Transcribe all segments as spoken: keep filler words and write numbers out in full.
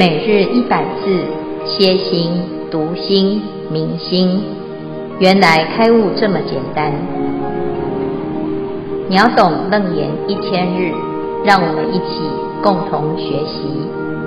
每日一百字，歇心、读心、明心，原来开悟这么简单。秒懂楞严一千日，让我们一起共同学习。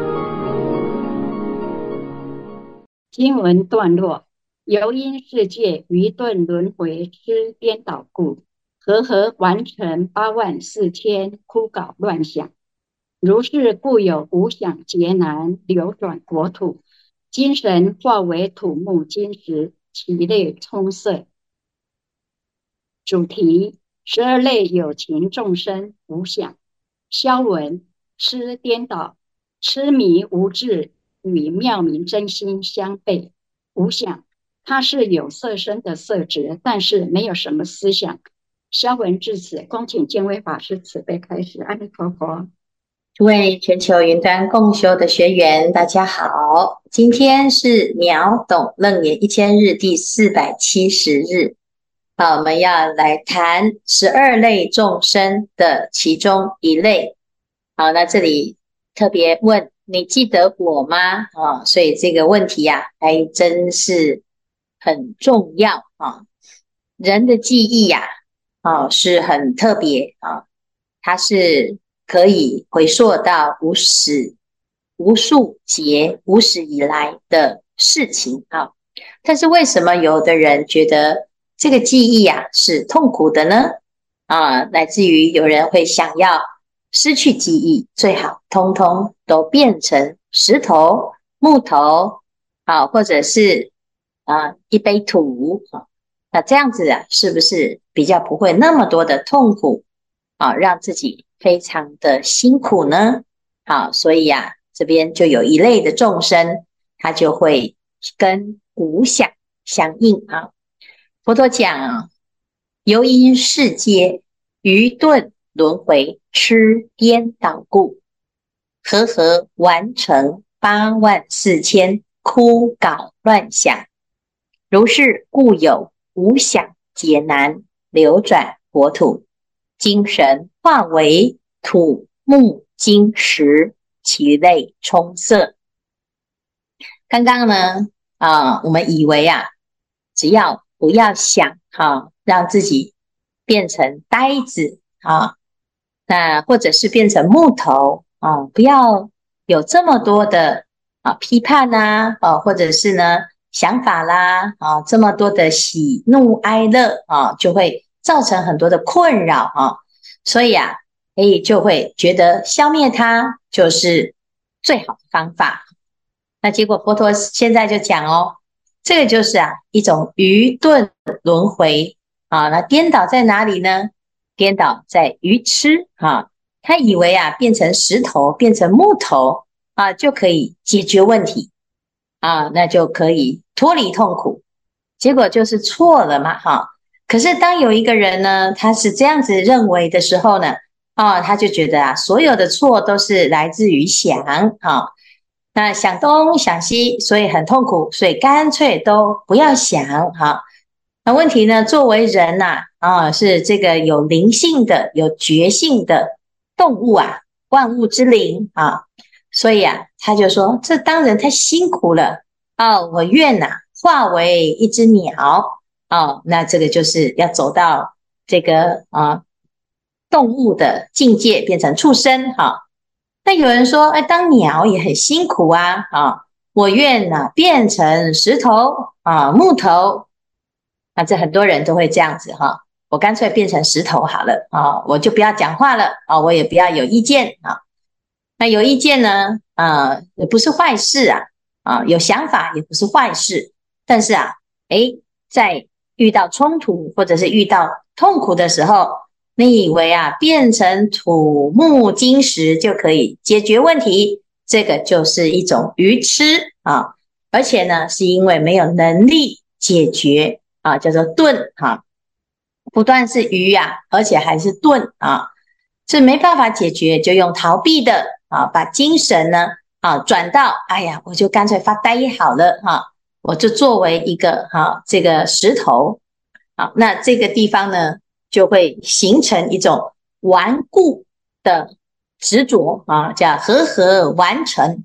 经文段落：由因世界愚钝轮回痴颠倒故，和合完成八万四千枯槁乱想。如是故有无想劫难流转国土，精神化为土木金石，其类充塞。主题：十二类有情众生无想。消文：痴颠倒，痴迷无智与妙明真心相悖。无想，它是有色身的色质，但是没有什么思想。消文至此，恭请见微法师慈悲开示。阿弥陀佛。 诸位全球云端共修的学员，大家好，今天是秒懂楞严一千日第四百七十日。好，我们要来谈十二类众生的其中一类。好，那这里特别问，你记得我吗？啊，所以这个问题呀、啊，还真是很重要啊。人的记忆呀、啊，啊，是很特别啊，它是可以回溯到无始无数劫无始以来的事情啊。但是为什么有的人觉得这个记忆啊是痛苦的呢？啊，乃至于有人会想要失去记忆，最好通通都变成石头、木头，啊，或者是啊一杯土啊。那这样子啊，是不是比较不会那么多的痛苦啊，让自己非常的辛苦呢？好，所以啊，这边就有一类的众生，他就会跟无想相应啊。佛陀讲啊，由因世界愚钝轮回痴颠倒故，和合完成八万四千枯槁乱想。如是故有无想劫难流转国土，精神化为土木金石，其类充塞。刚刚呢，啊、呃，我们以为啊，只要不要想啊，让自己变成呆子啊，那或者是变成木头啊，不要有这么多的啊批判呐，啊，或者是呢想法啦，啊，这么多的喜怒哀乐啊，就会造成很多的困扰啊，所以啊，哎，就会觉得消灭它就是最好的方法。那结果佛陀现在就讲哦，这个就是啊一种愚钝轮回啊。那颠倒在哪里呢？颠倒在愚痴啊。他以为啊变成石头变成木头啊就可以解决问题啊，那就可以脱离痛苦，结果就是错了嘛哈。可是当有一个人呢，他是这样子认为的时候呢，啊，他就觉得啊所有的错都是来自于想啊。那想东想西，所以很痛苦，所以干脆都不要想哈。那问题呢？作为人呐、啊，啊，是这个有灵性的、有觉性的动物啊，万物之灵啊，所以啊，他就说这当人太辛苦了啊，我愿呐、啊、化为一只鸟啊，那这个就是要走到这个啊动物的境界，变成畜生哈。啊那有人说，哎，当鸟也很辛苦啊，啊，我愿呢、啊、变成石头啊、木头，啊，这很多人都会这样子哈、啊，我干脆变成石头好了啊，我就不要讲话了啊，我也不要有意见啊。那有意见呢，啊，也不是坏事啊，啊，有想法也不是坏事，但是啊，哎，在遇到冲突或者是遇到痛苦的时候，你以为啊，变成土木金石就可以解决问题，这个就是一种愚痴啊！而且呢，是因为没有能力解决啊，叫做钝哈，不但是愚啊，而且还是钝啊，是没办法解决，就用逃避的啊，把精神呢啊转到，哎呀，我就干脆发呆好了哈、啊，我就作为一个哈、啊、这个石头，好，那这个地方呢？就会形成一种顽固的执着啊，叫和合完成。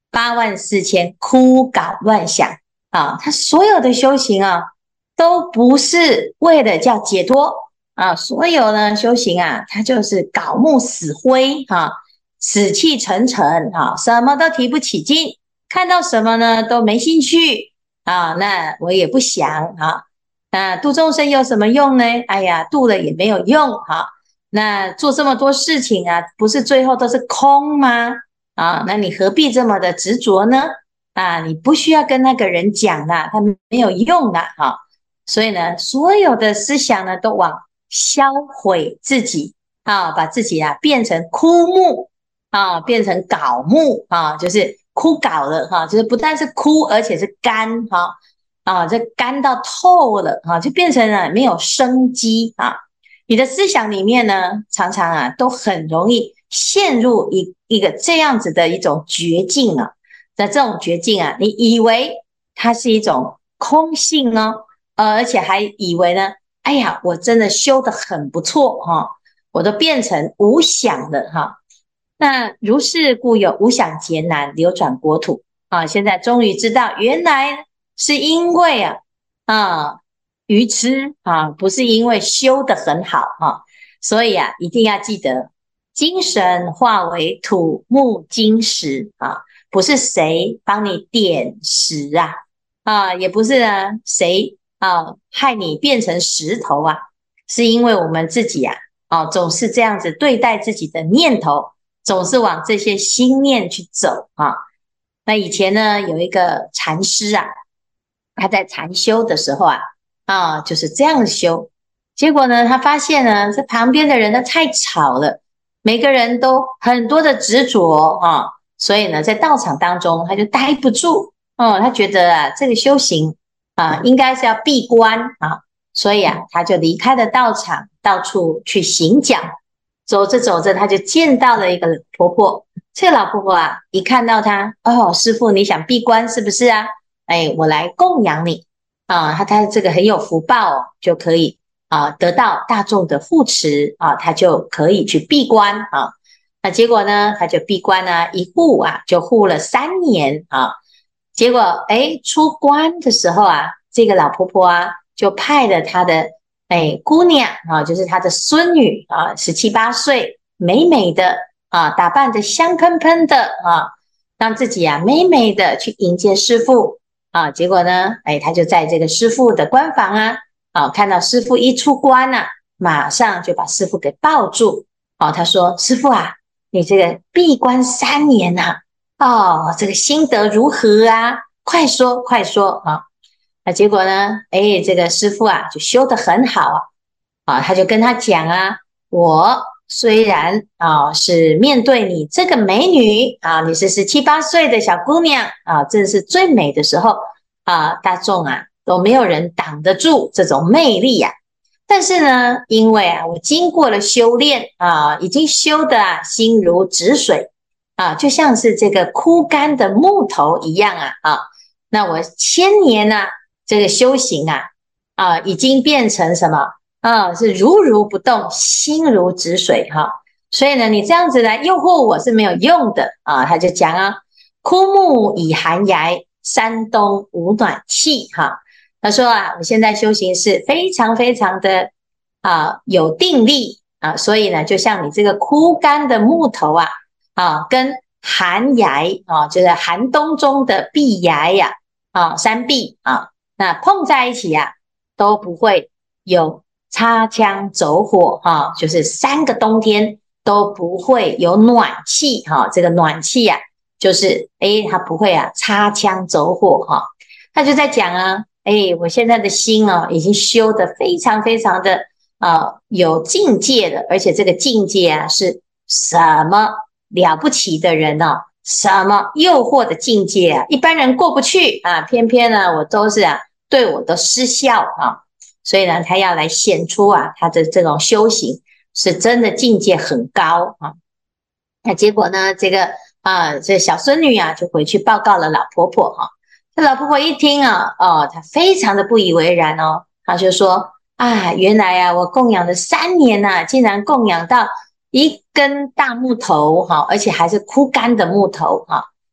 八万四千枯槁乱想啊，他所有的修行啊，都不是为了叫解脱啊，所有呢修行啊，他就是槁木死灰啊，死气沉沉啊，什么都提不起劲，看到什么呢都没兴趣啊，那我也不想啊，那度众生有什么用呢？哎呀，度了也没有用哈。那做这么多事情啊，不是最后都是空吗？啊，那你何必这么的执着呢？啊，你不需要跟那个人讲啦，他没有用的哈。所以呢，所有的思想呢，都往销毁自己啊，把自己啊变成枯木啊，变成槁木啊，就是枯槁了哈，就是不但是枯，而且是干哈啊，这干到透了哈，就变成了没有生机啊。你的思想里面呢，常常啊都很容易陷入一一个这样子的一种绝境啊。那这种绝境啊，你以为它是一种空性哦，呃，而且还以为呢，哎呀，我真的修得很不错哈、哦，我都变成无想了哈。那如是故有无想劫难流转国土啊。现在终于知道，原来是因为啊啊。愚痴啊，不是因为修得很好哈，所以啊，一定要记得，精神化为土木金石啊，不是谁帮你点石啊，啊，也不是呢谁啊害你变成石头啊，是因为我们自己啊，啊，总是这样子对待自己的念头，总是往这些心念去走啊。那以前呢，有一个禅师啊，他在禅修的时候啊。啊，就是这样修。结果呢，他发现呢，这旁边的人呢太吵了，每个人都很多的执着啊，所以呢，在道场当中他就待不住。哦，他觉得啊，这个修行啊，应该是要闭关啊，所以啊，他就离开了道场，到处去行脚。走着走着，他就见到了一个婆婆。这个老婆婆啊，一看到他，哦，师父，你想闭关是不是啊？哎，我来供养你。啊，他他这个很有福报哦，就可以啊得到大众的护持啊，他就可以去闭关啊。那结果呢，他就闭关呢，一护啊就护了三年啊。结果哎出关的时候啊，这个老婆婆啊就派了她的哎姑娘啊，就是她的孙女啊，十七八岁，美美的啊，打扮得香喷喷的啊，让自己啊美美的去迎接师父。啊，结果呢，哎，他就在这个师父的关房啊，啊，看到师父一出关啊，马上就把师父给抱住。哦，他说：“师父啊，你这个闭关三年呐、啊，哦，这个心得如何啊？快说，快说啊！”那结果呢，哎，这个师父啊，就修得很好啊，啊，他就跟他讲啊，我虽然啊是面对你这个美女啊，你是十七八岁的小姑娘啊，正是最美的时候啊，大众啊都没有人挡得住这种魅力呀、啊。但是呢，因为啊我经过了修炼啊，已经修得啊心如止水啊，就像是这个枯干的木头一样啊啊，那我千年呢、啊、这个修行啊啊已经变成什么？啊，是如如不动，心如止水哈。所以呢，你这样子来诱惑我是没有用的啊。他就讲啊，枯木已寒崖，山东无暖气哈。他说啊，我现在修行是非常非常的啊有定力啊，所以呢，就像你这个枯干的木头啊啊，跟寒崖啊，就是寒冬中的壁崖呀啊，山壁啊，那碰在一起呀、啊，都不会有擦枪走火哈、啊，就是三个冬天都不会有暖气哈、啊，这个暖气呀、啊，就是诶它不会啊擦枪走火哈、啊，他就在讲啊，诶我现在的心啊，已经修得非常非常的啊有境界了，而且这个境界啊是什么了不起的人呢、啊？什么诱惑的境界啊，一般人过不去啊，偏偏呢我都是啊对我都失效啊。所以呢，他要来显出啊，他的这种修行是真的境界很高啊。那结果呢，这个啊，这小孙女啊，就回去报告了老婆婆哈、啊。这老婆婆一听啊，哦，她非常的不以为然哦，她就说啊，原来啊，我供养了三年呐、啊，竟然供养到一根大木头哈、啊，而且还是枯干的木头哈、啊。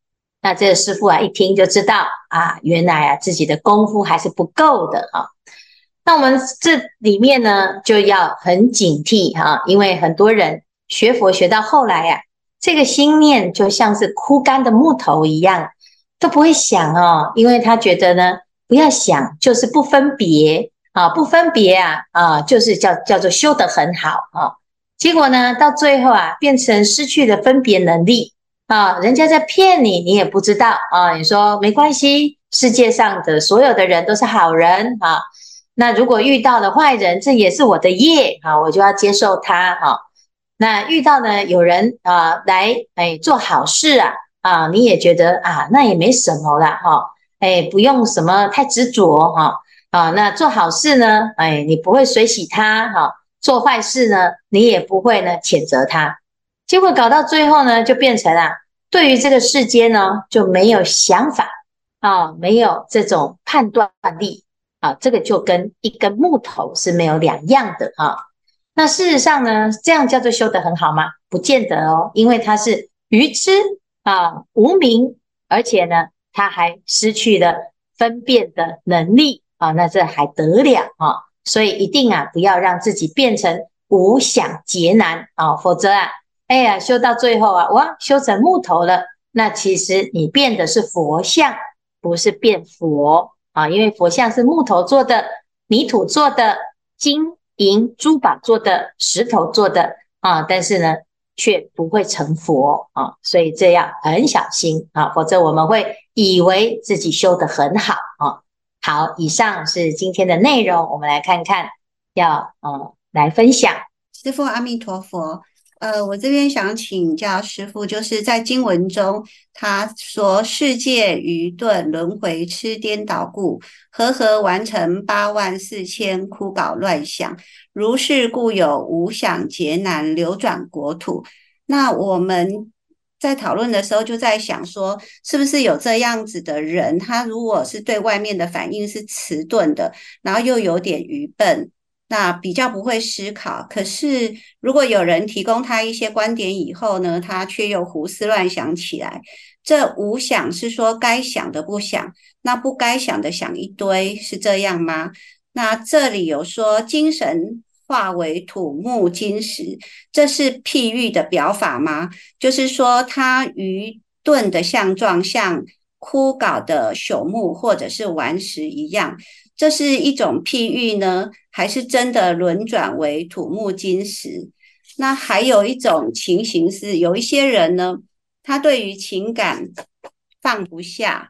那这个师父啊一听就知道啊，原来啊自己的功夫还是不够的啊。那我们这里面呢就要很警惕哈、啊，因为很多人学佛学到后来呀、啊，这个心念就像是枯干的木头一样，都不会想哦，因为他觉得呢，不要想就是不分别啊，不分别啊啊，就是叫叫做修得很好啊。结果呢，到最后啊，变成失去了分别能力啊，人家在骗你，你也不知道啊。你说没关系，世界上的所有的人都是好人啊。那如果遇到了坏人，这也是我的业啊，我就要接受他啊。那遇到呢有人啊来哎做好事啊啊，你也觉得啊那也没什么啦哈，哎不用什么太执着哈啊。那做好事呢，哎你不会随喜他哈。做坏事呢，你也不会呢谴责他，结果搞到最后呢，就变成啊，对于这个世间呢就没有想法啊，没有这种判断力啊，这个就跟一根木头是没有两样的啊。那事实上呢，这样叫做修得很好吗？不见得哦，因为他是愚痴啊，无明，而且呢，他还失去了分辨的能力啊，那这还得了啊？所以一定啊，不要让自己变成无想劫难啊，否则啊，哎呀，修到最后啊，哇，修成木头了，那其实你变的是佛像，不是变佛啊，因为佛像是木头做的、泥土做的、金银珠宝做的、石头做的啊，但是呢，却不会成佛啊，所以这样很小心啊，否则我们会以为自己修得很好啊。好，以上是今天的内容，我们来看看，要呃来分享。 师父阿弥陀佛。呃，我这边想请教师父，就是在经文中，他说世界愚钝，轮回痴颠倒故，和合完成八万四千枯槁乱想，如是故有无想劫难流转国土。那我们在讨论的时候就在想说，是不是有这样子的人，他如果是对外面的反应是迟钝的，然后又有点愚笨，那比较不会思考。可是如果有人提供他一些观点以后呢，他却又胡思乱想起来。这无想是说该想的不想，那不该想的想一堆，是这样吗？那这里有说精神化为土木金石，这是譬喻的表法吗？就是说它愚钝的相状像枯槁的朽木或者是顽石一样，这是一种譬喻呢，还是真的轮转为土木金石？那还有一种情形是，有一些人呢，他对于情感放不下，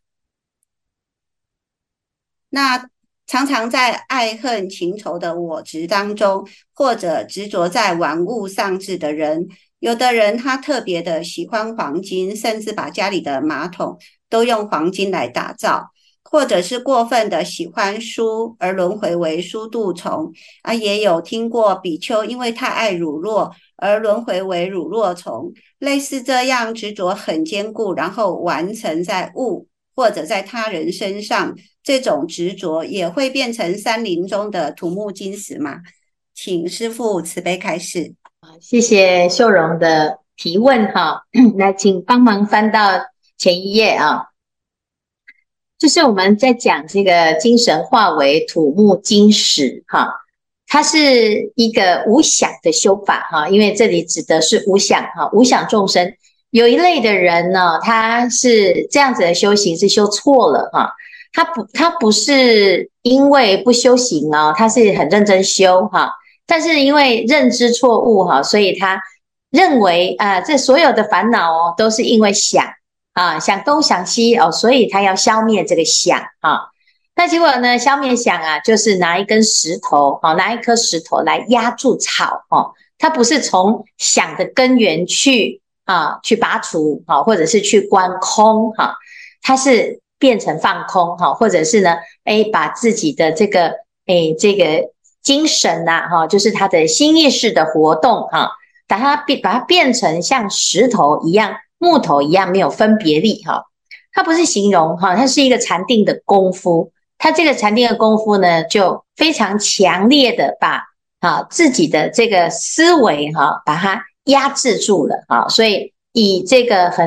那常常在爱恨情仇的我执当中，或者执着在玩物丧志的人，有的人他特别的喜欢黄金，甚至把家里的马桶都用黄金来打造，或者是过分的喜欢书而轮回为书度虫啊，也有听过比丘因为太爱乳酪而轮回为乳酪虫，类似这样执着很坚固，然后完成在物或者在他人身上，这种执着也会变成山林中的土木金石吗？请师父慈悲开示。 谢谢秀荣的提问哈，那请帮忙翻到前一页啊。就是我们在讲这个精神化为土木金石哈，它是一个无想的修法哈，因为这里指的是无想哈，无想众生。有一类的人呢，他是这样子的修行是修错了哈，他不他不是因为不修行哦，他是很认真修哈，但是因为认知错误哈，所以他认为啊、呃，这所有的烦恼哦都是因为想啊，想东想西哦，所以他要消灭这个想啊。那结果呢，消灭想啊，就是拿一根石头哦，拿一颗石头来压住草哦，他不是从想的根源去。啊，去拔除哈，或者是去观空哈，它是变成放空哈，或者是呢，哎，把自己的这个哎这个精神呐哈，就是他的心意识的活动哈，把它变把它变成像石头一样、木头一样没有分别力哈。它不是形容哈，它是一个禅定的功夫。它这个禅定的功夫呢，就非常强烈的把啊自己的这个思维哈，把它压制住了啊，所以以这个很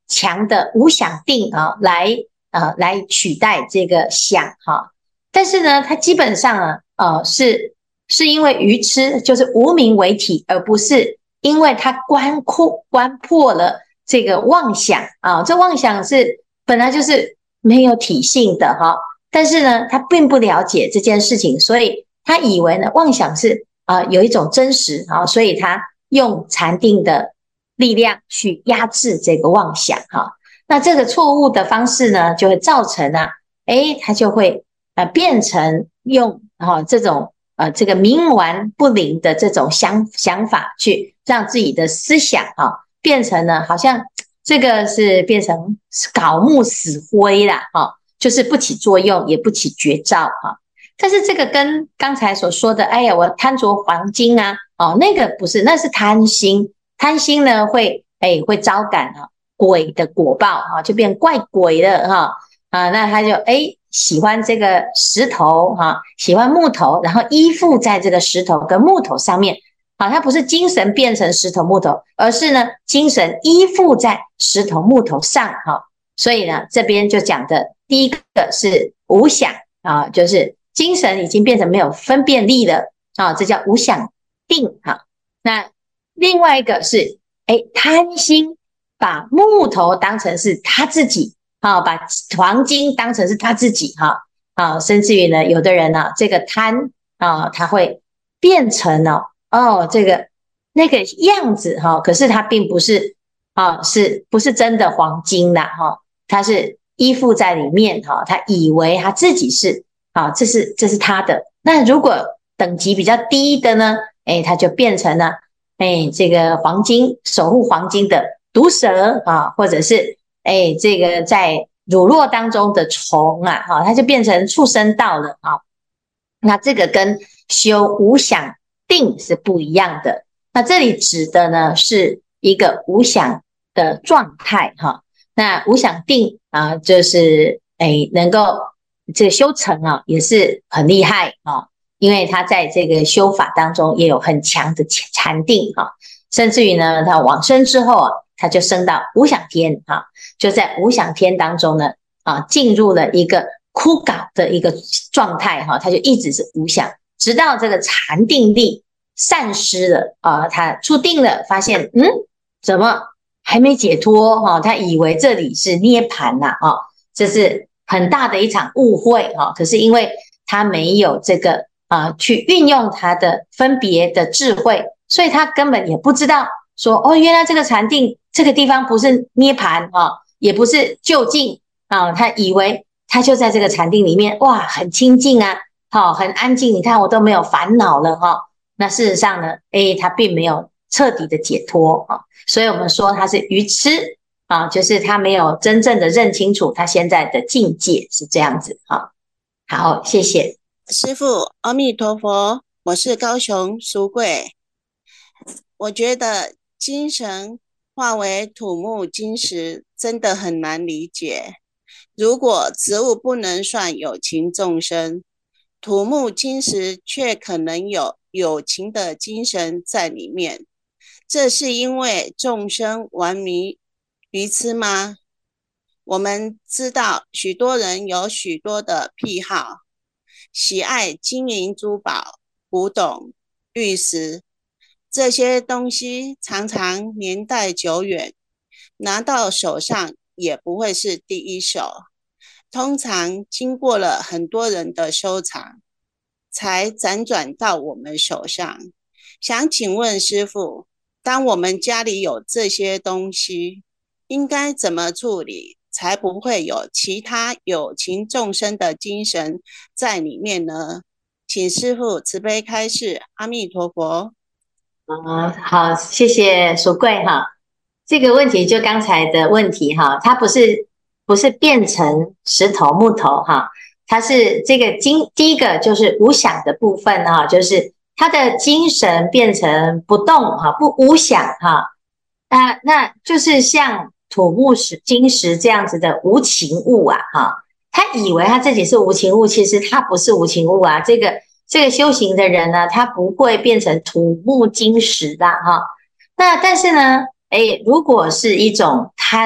强的无想定啊，来呃来取代这个想哈。但是呢，它基本上啊，呃是是因为愚痴，就是无明为体，而不是因为它观破观破了这个妄想啊。这妄想是本来就是没有体性的哈，但是呢，他并不了解这件事情，所以他以为呢妄想是啊、呃、有一种真实啊，所以他用禅定的力量去压制这个妄想哈。那这个错误的方式呢，就会造成啊，诶，他就会呃变成用哈、哦、这种呃这个冥顽不灵的这种想想法，去让自己的思想啊、哦、变成了好像这个是变成槁木死灰啦哈、哦，就是不起作用，也不起觉照哈。但是这个跟刚才所说的，哎呀，我贪着黄金啊，哦，那个不是，那是贪心，贪心呢会哎会招感啊鬼的果报哈，就变怪鬼了哈啊，那他就哎喜欢这个石头哈，喜欢木头，然后依附在这个石头跟木头上面，好，他不是精神变成石头木头，而是呢精神依附在石头木头上哈，所以呢这边就讲的第一个是无想啊，就是精神已经变成没有分辨力了啊，这叫无想定哈。那另外一个是哎贪心，把木头当成是他自己啊，把黄金当成是他自己哈啊，甚至于呢，有的人呢、啊，这个贪啊，他会变成哦哦这个那个样子哈、啊，可是他并不是啊，是不是真的黄金啦哈、啊？他是依附在里面哈、啊，他以为他自己是。啊，这是这是他的。那如果等级比较低的呢？哎，他就变成了哎这个黄金守护黄金的毒蛇啊，或者是哎这个在乳酪当中的虫啊，哈、啊，它就变成畜生道了啊。那这个跟修无想定是不一样的。那这里指的呢是一个无想的状态哈、啊。那无想定啊，就是哎能够。这个修成啊也是很厉害啊，因为他在这个修法当中也有很强的禅定啊，甚至于呢，他往生之后啊，他就升到无想天啊，就在无想天当中呢啊，进入了一个枯槁的一个状态哈、啊，他就一直是无想，直到这个禅定力散失了啊，他出定了，发现嗯，怎么还没解脱哈、啊？他以为这里是涅槃呐啊，这是。很大的一场误会哈，可是因为他没有这个啊，去运用他的分别的智慧，所以他根本也不知道说哦，原来这个禅定这个地方不是涅槃啊，也不是究竟啊，他以为他就在这个禅定里面，哇，很清净啊，好，很安静，你看我都没有烦恼了哈。那事实上呢，诶，他并没有彻底的解脱啊，所以我们说他是愚痴。啊，就是他没有真正的认清楚他现在的境界是这样子啊。好，谢谢师父，阿弥陀佛，我是高雄淑贵。我觉得精神化为土木金石真的很难理解。如果植物不能算有情众生，土木金石却可能有有情的精神在里面，这是因为众生顽迷愚痴吗？我们知道许多人有许多的癖好，喜爱金银珠宝、古董、玉石，这些东西常常年代久远，拿到手上也不会是第一手，通常经过了很多人的收藏，才辗转到我们手上。想请问师父，当我们家里有这些东西，应该怎么处理，才不会有其他有情众生的精神在里面呢？请师父慈悲开示，阿弥陀佛。 嗯，好，谢谢淑贵哈。这个问题就刚才的问题哈，它不是不是变成石头木头哈，它是这个精第一个就是无想的部分哈，就是他的精神变成不动哈，不无想哈，那那就是像土木石金石这样子的无情物啊哈，他以为他自己是无情物，其实他不是无情物啊，这个。这个修行的人呢，他不会变成土木金石的哈。那但是呢，哎，如果是一种贪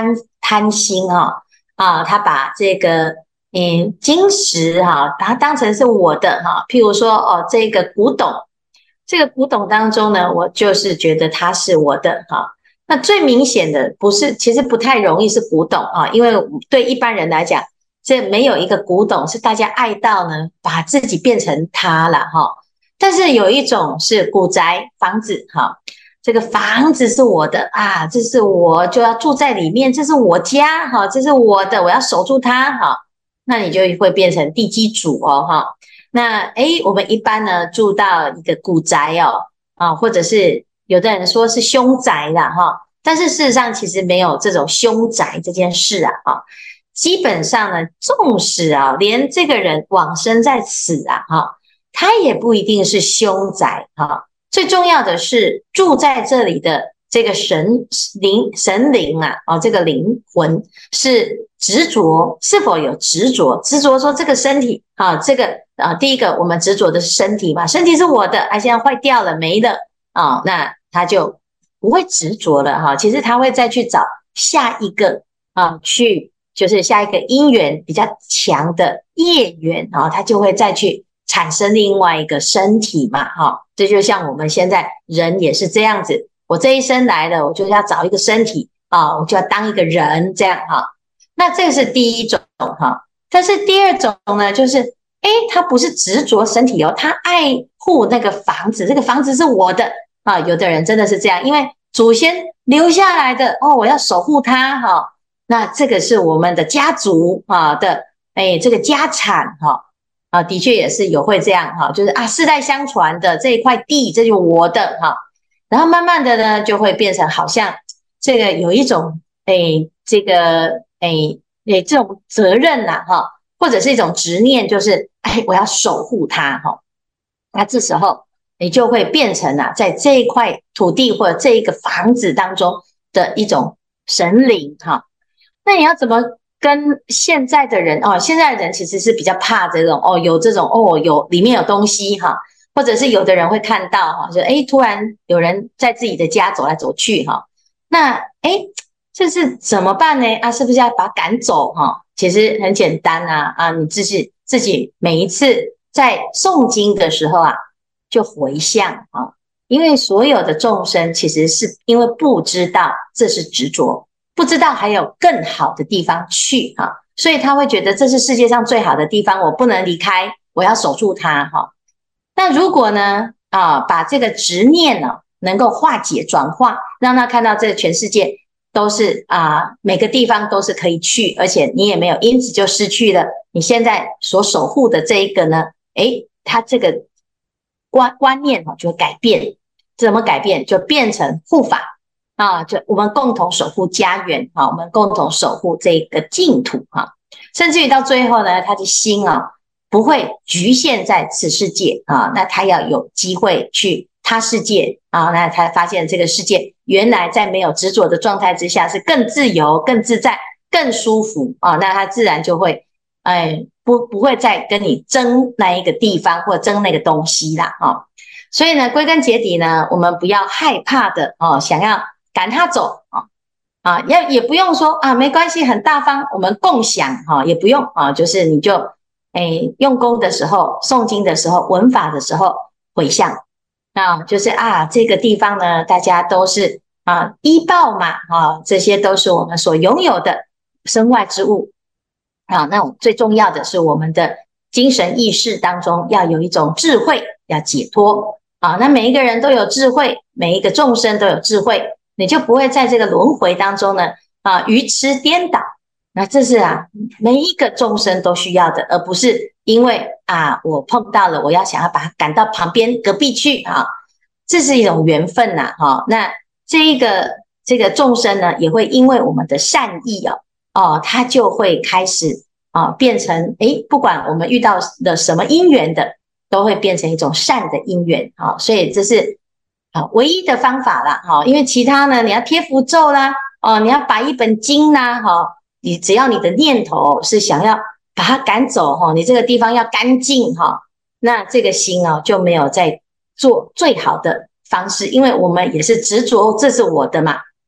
贪心哈啊，他把这个嗯金石哈，把它当成是我的哈。譬如说哦，这个古董，这个古董当中呢，我就是觉得它是我的哈。那最明显的不是，其实不太容易是古董啊，因为对一般人来讲，这没有一个古董是大家爱到呢，把自己变成它了哈。但是有一种是古宅房子哈，这个房子是我的啊，这是我就要住在里面，这是我家哈，这是我的，我要守住它哈。那你就会变成地基主哦哈。那诶，我们一般呢住到一个古宅哦啊，或者是有的人说是凶宅啦哈，但是事实上其实没有这种凶宅这件事啊哈。基本上呢，纵使啊连这个人往生在此啊哈，他也不一定是凶宅哈。最重要的是住在这里的这个神灵神灵啊哦，这个灵魂是执着，是否有执着？执着说这个身体啊，这个啊，第一个我们执着的是身体嘛，身体是我的，啊，现在坏掉了没了啊，那他就不会执着了哈。其实他会再去找下一个啊，去就是下一个因缘比较强的业缘啊，他就会再去产生另外一个身体嘛哈。这就像我们现在人也是这样子，我这一生来了，我就要找一个身体啊，我就要当一个人这样哈。那这个是第一种哈，但是第二种呢，就是诶，他不是执着身体哦，他爱护那个房子，这个房子是我的啊。有的人真的是这样，因为祖先留下来的哦，我要守护它哈。那这个是我们的家族啊的，诶，这个家产哈啊，的确也是有会这样哈，就是啊世代相传的这一块地，这就是我的哈。然后慢慢的呢，就会变成好像这个有一种诶，这个。诶诶，这种责任呐，哈，或者是一种执念，就是哎，我要守护它哈。那这时候你就会变成啊，在这一块土地或者这一个房子当中的一种神灵哈。那你要怎么跟现在的人哦？现在的人其实是比较怕这种哦，有这种哦，有里面有东西哈，或者是有的人会看到哈，就哎，突然有人在自己的家走来走去哈，那哎。这是怎么办呢？啊，是不是要把他赶走哈？其实很简单啊，啊，你自己自己每一次在诵经的时候啊，就回向啊，因为所有的众生其实是因为不知道这是执着，不知道还有更好的地方去哈，所以他会觉得这是世界上最好的地方，我不能离开，我要守住它哈。那如果呢啊，把这个执念呢、啊、能够化解转化，让他看到这个全世界。都是啊、呃，每个地方都是可以去，而且你也没有因此就失去了你现在所守护的这一个呢，诶，它这个观观念就会改变，怎么改变？就变成护法啊，就我们共同守护家园啊，我们共同守护这个净土啊，甚至于到最后呢，他的心啊不会局限在此世界啊，那他要有机会去他世界啊，那他发现这个世界原来在没有执着的状态之下是更自由、更自在、更舒服啊，那他自然就会哎不不会再跟你争那一个地方或争那个东西啦啊。所以呢，归根结底呢，我们不要害怕的哦，想要赶他走啊啊，要也不用说啊，没关系，很大方，我们共享哈，也不用啊，就是你就哎用功的时候、诵经的时候、闻法的时候回向。啊，就是啊，这个地方呢，大家都是啊依报嘛，啊，这些都是我们所拥有的身外之物啊。那最重要的是，我们的精神意识当中要有一种智慧，要解脱啊。那每一个人都有智慧，每一个众生都有智慧，你就不会在这个轮回当中呢啊愚痴颠倒。那这是啊，每一个众生都需要的，而不是因为啊，我碰到了，我要想要把它赶到旁边隔壁去啊，这是一种缘分呐，哈。那这一个这个众生呢，也会因为我们的善意哦，哦，他就会开始啊，变成诶，不管我们遇到了什么因缘的，都会变成一种善的因缘啊。所以这是啊唯一的方法啦，哈，因为其他呢，你要贴符咒啦，哦，你要摆一本经啦，哈。你只要你的念头是想要把它赶走哈，你这个地方要干净哈，那这个心哦就没有在做最好的方式，因为我们也是执着这是我的嘛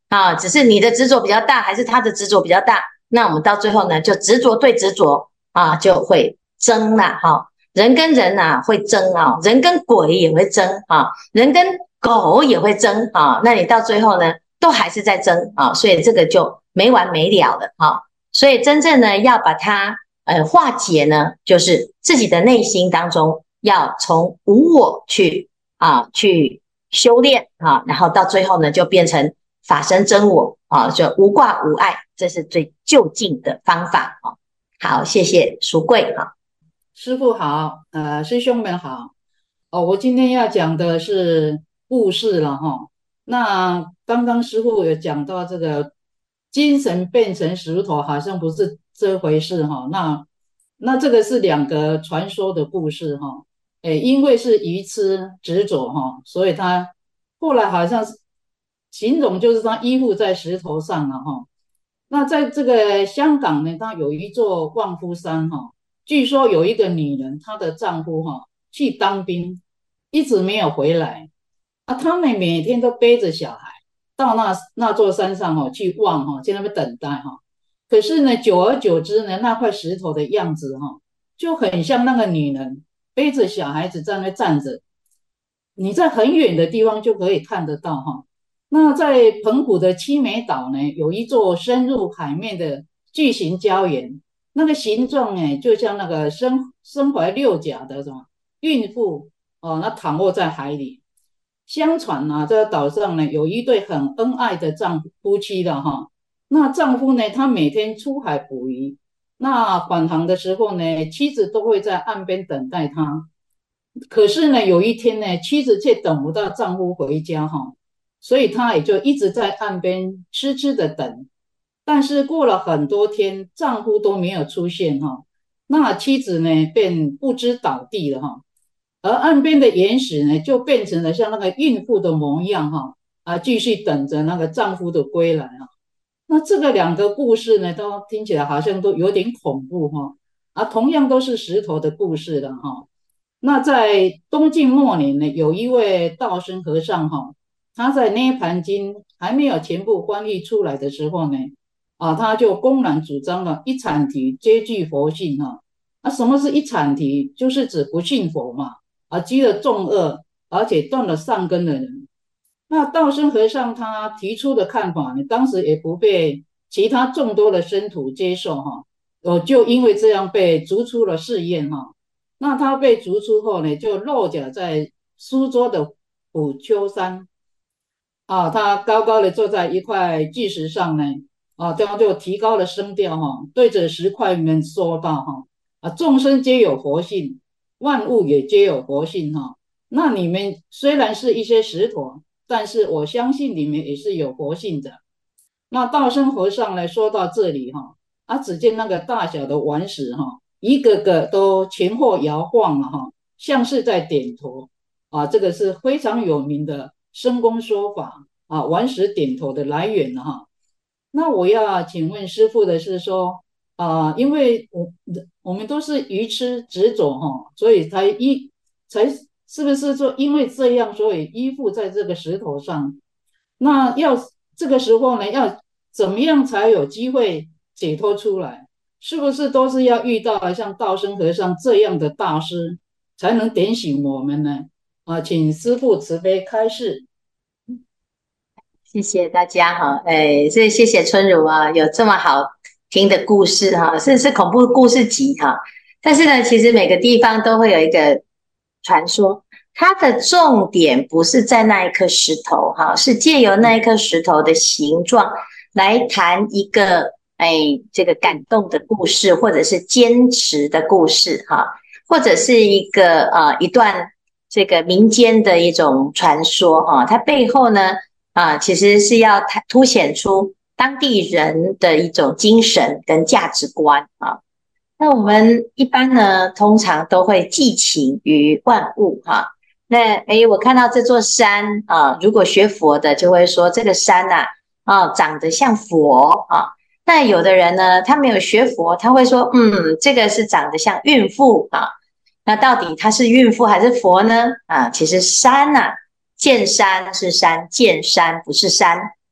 啊，只是你的执着比较大，还是他的执着比较大？那我们到最后呢，就执着对执着啊，就会争啦哈。人跟人啊会争啊，人跟鬼也会争啊，人跟狗也会争啊。那你到最后呢，都还是在争啊，所以这个就没完没了了哈。所以真正呢，要把它呃化解呢，就是自己的内心当中要从无我去啊去修炼啊，然后到最后呢，就变成法身真我啊，就无挂无碍，这是最就近的方法啊。好，谢谢淑贵啊。 师父好，呃，师兄们好。哦，我今天要讲的是故事了哈。那刚刚师父有讲到这个精神变成石头，好像不是这回事哈。那那这个是两个传说的故事哈。诶，因为是愚痴执着哈，所以他后来好像是形容就是他依附在石头上了哈。那在这个香港呢，它有一座望夫山哈。据说有一个女人，她的丈夫哈、哦、去当兵，一直没有回来啊。他们每天都背着小孩到那那座山上哦去望哈、哦，在那边等待哈、哦。可是呢，久而久之呢，那块石头的样子哈、哦，就很像那个女人背着小孩子在那站着，你在很远的地方就可以看得到哈、哦。那在澎湖的七美岛呢，有一座深入海面的巨型礁岩。那个形状哎，就像那个身身怀六甲的什么孕妇哦，那躺卧在海里。相传啊，这个岛上呢有一对很恩爱的丈夫夫妻的哈。那丈夫呢，他每天出海捕鱼，那返航的时候呢，妻子都会在岸边等待他。可是呢，有一天呢，妻子却等不到丈夫回家哈，所以他也就一直在岸边痴痴的等。但是过了很多天，丈夫都没有出现哈，那妻子呢便不知倒地了哈，而岸边的岩石呢就变成了像那个孕妇的模样哈，啊，继续等着那个丈夫的归来啊。那这个两个故事呢，都听起来好像都有点恐怖哈，啊，同样都是石头的故事了哈。那在东晋末年呢，有一位道生和尚哈，他在《涅盘经》还没有全部翻译出来的时候呢。啊，他就公然主张了一阐体皆具佛性哈。啊，什么是一阐体？就是指不信佛嘛，啊，积了重恶，而且断了善根的人。那道生和尚他提出的看法呢，当时也不被其他众多的僧徒接受哈。哦，就因为这样被逐出了寺院哈。那他被逐出后呢，就落脚在苏州的虎丘山。啊，他高高的坐在一块巨石上呢。啊，这样就提高了声调哈，对着石块们说道哈，啊，众生皆有佛性，万物也皆有佛性哈。那你们虽然是一些石头，但是我相信你们也是有佛性的。那道生和尚呢，说到这里哈，啊，只见那个大小的顽石哈，一个个都前后摇晃了哈，像是在点头啊。这个是非常有名的深公说法啊，顽石点头的来源哈。那我要请问师父的是说，啊、呃，因为我我们都是愚痴执着哈，所以才依才是不是说因为这样，所以依附在这个石头上？那要这个时候呢，要怎么样才有机会解脱出来？是不是都是要遇到像道生和尚这样的大师，才能点醒我们呢？啊，请师父慈悲开示。 谢谢大家哈，哎，这谢谢春如啊，有这么好听的故事哈，是是恐怖故事集哈。但是呢，其实每个地方都会有一个传说，它的重点不是在那一颗石头哈，是借由那一颗石头的形状来谈一个哎这个感动的故事，或者是坚持的故事哈，或者是一个呃一段这个民间的一种传说哈，它背后呢。啊，其实是要凸显出当地人的一种精神跟价值观啊。那我们一般呢，通常都会寄情于万物哈。那诶，我看到这座山啊，如果学佛的就会说这个山呐，啊，长得像佛啊。那有的人呢，他没有学佛，他会说，嗯，这个是长得像孕妇啊。那到底他是孕妇还是佛呢？啊，其实山呐、啊。见山是山，见山不是山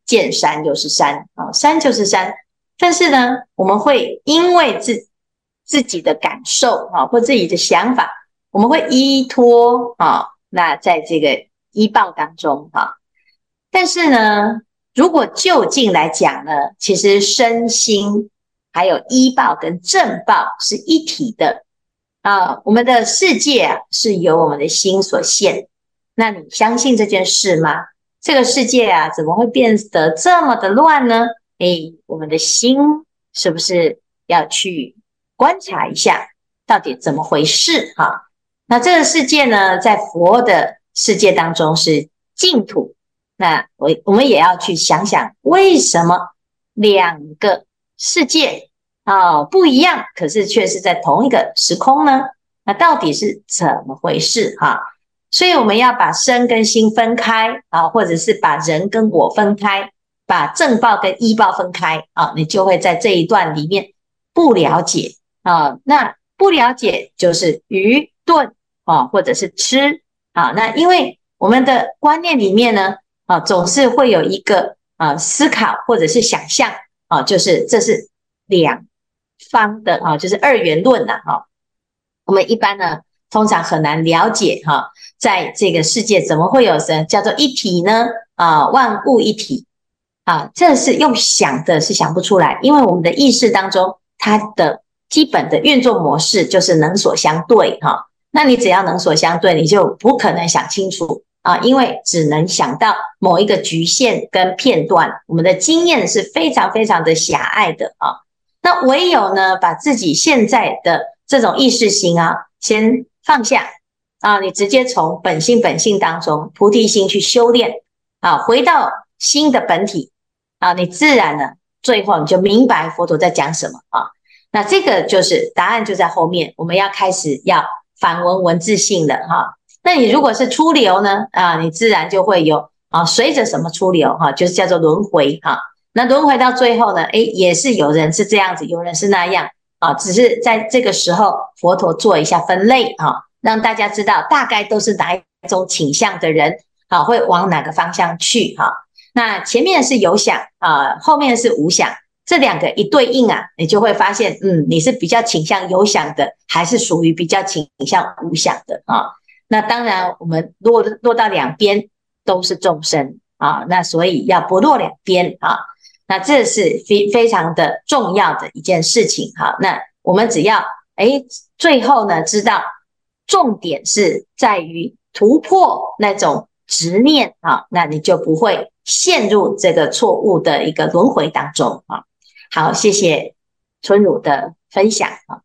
见山就是山啊，山就是山。但是呢，我们会因为自自己的感受啊，或自己的想法，我们会依托啊，那在这个依报当中啊。但是呢，如果就近来讲呢，其实身心还有依报跟正报是一体的啊。我们的世界啊，是由我们的心所现。那你相信这件事吗？这个世界啊，怎么会变得这么的乱呢？诶，我们的心是不是要去观察一下，到底怎么回事哈？那这个世界呢，在佛的世界当中是净土。那我我们也要去想想，为什么两个世界啊、哦、不一样，可是却是在同一个时空呢？那到底是怎么回事哈？所以我们要把身跟心分开啊，或者是把人跟我分开，把正报跟依报分开啊，你就会在这一段里面不了解啊。那不了解就是愚钝啊，或者是痴啊。那因为我们的观念里面呢，啊，总是会有一个啊思考或者是想象啊，就是这是两方的啊，就是二元论呐、啊、哈。我们一般呢，通常很难了解哈、啊，在这个世界怎么会有什叫做一体呢？啊，万物一体啊，这是用想的是想不出来，因为我们的意识当中，它的基本的运作模式就是能所相对哈、啊。那你只要能所相对，你就不可能想清楚啊，因为只能想到某一个局限跟片段，我们的经验是非常非常的狭隘的啊。那唯有呢，把自己现在的这种意识心啊，先放下啊，你直接从本性本性当中菩提心去修炼啊，回到心的本体啊，你自然呢，最后你就明白佛陀在讲什么啊。那这个就是答案就在后面，我们要开始要反闻文字性的哈、啊。那你如果是出流呢啊，你自然就会有啊，随着什么出流哈、啊，就是叫做轮回哈、啊。那轮回到最后呢，诶，也是有人是这样子，有人是那样啊，只是在这个时候佛陀做一下分类啊，让大家知道大概都是哪一种倾向的人啊，会往哪个方向去哈、啊。那前面是有想啊，后面是无想，这两个一对应啊，你就会发现，嗯，你是比较倾向有想的，还是属于比较倾向无想的啊？那当然，我们落落到两边都是众生啊，那所以要不落两边啊。那这是非非常的重要的一件事情哈。那我们只要诶最后呢知道重点是在于突破那种执念啊，那你就不会陷入这个错误的一个轮回当中啊。好，谢谢春如的分享啊。